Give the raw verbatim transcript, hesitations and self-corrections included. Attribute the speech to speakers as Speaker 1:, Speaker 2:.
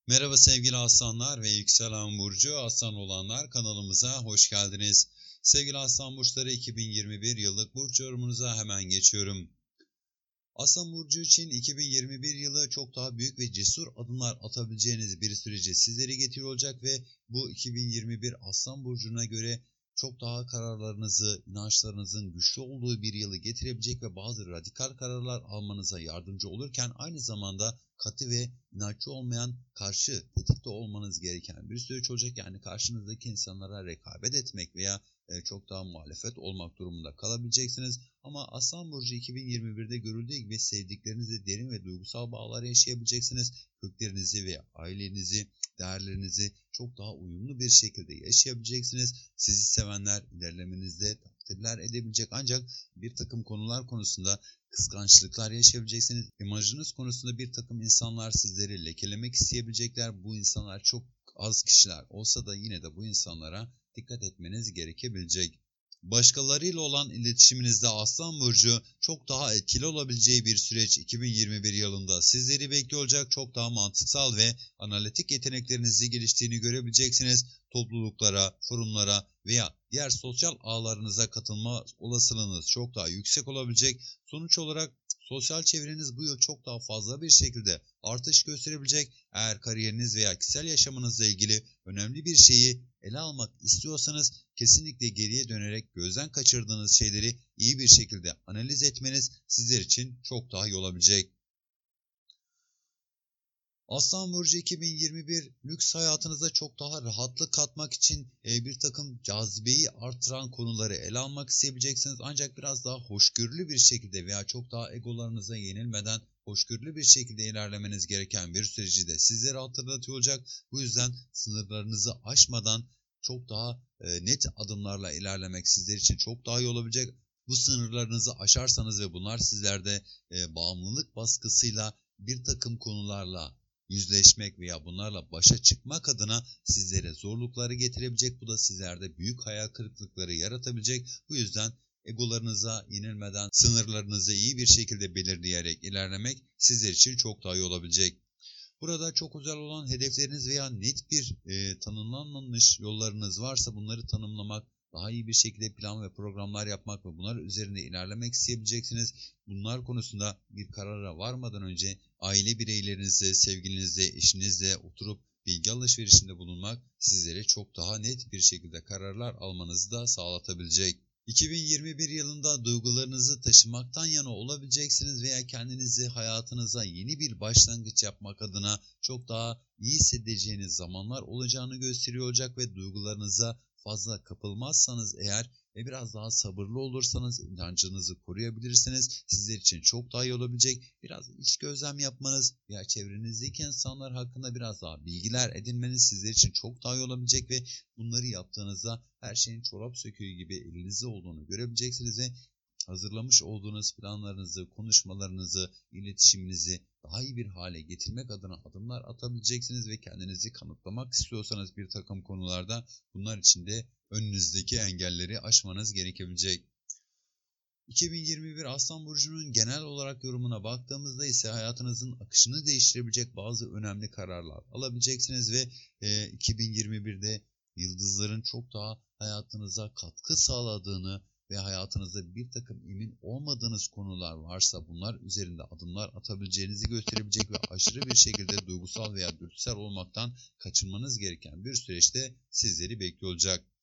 Speaker 1: Merhaba sevgili aslanlar ve yükselen burcu aslan olanlar, kanalımıza hoş geldiniz. Sevgili aslan burçları, iki bin yirmi bir yıllık burç yorumunuza hemen geçiyorum. Aslan burcu için iki bin yirmi bir yılı çok daha büyük ve cesur adımlar atabileceğiniz bir süreci sizleri getiriyor olacak ve bu iki bin yirmi bir Aslan burcuna göre çok daha kararlarınızı, inançlarınızın güçlü olduğu bir yılı getirebilecek ve bazı radikal kararlar almanıza yardımcı olurken aynı zamanda katı ve inatçı olmayan, karşı tetikte olmanız gereken bir süreç olacak. Yani karşınızdaki insanlara rekabet etmek veya e, çok daha muhalefet olmak durumunda kalabileceksiniz. Ama Aslan Burcu iki bin yirmi birde görüldüğü gibi sevdiklerinizle derin ve duygusal bağlar yaşayabileceksiniz. Köklerinizi ve ailenizi, değerlerinizi çok daha uyumlu bir şekilde yaşayabileceksiniz. Sizi sevenler ilerlemenizde takdirler edebilecek, ancak bir takım konular konusunda kıskançlıklar yaşayabileceksiniz. İmajınız konusunda bir takım insanlar sizleri lekelemek isteyebilecekler. Bu insanlar çok az kişiler olsa da yine de bu insanlara dikkat etmeniz gerekebilecek. Başkalarıyla olan iletişiminizde Aslan Burcu çok daha etkili olabileceği bir süreç iki bin yirmi bir yılında sizleri bekliyor olacak. Çok daha mantıksal ve analitik yeteneklerinizi geliştiğini görebileceksiniz. Topluluklara, forumlara veya diğer sosyal ağlarınıza katılma olasılığınız çok daha yüksek olabilecek. Sonuç olarak sosyal çevreniz bu yıl çok daha fazla bir şekilde artış gösterebilecek. Eğer kariyeriniz veya kişisel yaşamınızla ilgili önemli bir şeyi ele almak istiyorsanız kesinlikle geriye dönerek gözden kaçırdığınız şeyleri iyi bir şekilde analiz etmeniz sizler için çok daha iyi olabilecek. Aslan Burcu iki bin yirmi bir lüks hayatınıza çok daha rahatlık katmak için e, bir takım cazibeyi artıran konuları ele almak isteyebileceksiniz. Ancak biraz daha hoşgörülü bir şekilde veya çok daha egolarınıza yenilmeden hoşgörülü bir şekilde ilerlemeniz gereken bir süreci de sizlere hatırlatıyor olacak. Bu yüzden sınırlarınızı aşmadan çok daha e, net adımlarla ilerlemek sizler için çok daha iyi olabilecek. Bu sınırlarınızı aşarsanız ve bunlar sizlerde e, bağımlılık baskısıyla bir takım konularla yüzleşmek veya bunlarla başa çıkmak adına sizlere zorlukları getirebilecek. Bu da sizlerde büyük hayal kırıklıkları yaratabilecek. Bu yüzden egolarınıza yenilmeden sınırlarınızı iyi bir şekilde belirleyerek ilerlemek sizler için çok daha iyi olabilecek. Burada çok özel olan hedefleriniz veya net bir e, tanımlanmamış yollarınız varsa bunları tanımlamak, daha iyi bir şekilde plan ve programlar yapmak ve bunlar üzerinde ilerlemek isteyebileceksiniz. Bunlar konusunda bir karara varmadan önce aile bireylerinizle, sevgilinizle, eşinizle oturup bilgi alışverişinde bulunmak sizlere çok daha net bir şekilde kararlar almanızı da sağlatabilecek. iki bin yirmi bir yılında duygularınızı taşımaktan yana olabileceksiniz veya kendinizi hayatınıza yeni bir başlangıç yapmak adına çok daha iyi hissedeceğiniz zamanlar olacağını gösteriyor olacak ve duygularınıza fazla kapılmazsanız eğer ve biraz daha sabırlı olursanız inancınızı koruyabilirsiniz. Sizler için çok daha iyi olabilecek. Biraz iç gözlem yapmanız veya çevrenizdeki insanlar hakkında biraz daha bilgiler edinmeniz sizler için çok daha iyi olabilecek ve bunları yaptığınızda her şeyin çorap söküğü gibi elinizde olduğunu görebileceksiniz ve hazırlamış olduğunuz planlarınızı, konuşmalarınızı, iletişiminizi daha iyi bir hale getirmek adına adımlar atabileceksiniz ve kendinizi kanıtlamak istiyorsanız bir takım konularda bunlar için de önünüzdeki engelleri aşmanız gerekebilecek. iki bin yirmi bir Aslan Burcu'nun genel olarak yorumuna baktığımızda ise hayatınızın akışını değiştirebilecek bazı önemli kararlar alabileceksiniz ve e, iki bin yirmi birde yıldızların çok daha hayatınıza katkı sağladığını ve hayatınızda bir takım emin olmadığınız konular varsa bunlar üzerinde adımlar atabileceğinizi gösterebilecek ve aşırı bir şekilde duygusal veya dürtüsel olmaktan kaçınmanız gereken bir süreçte sizleri bekliyor olacak.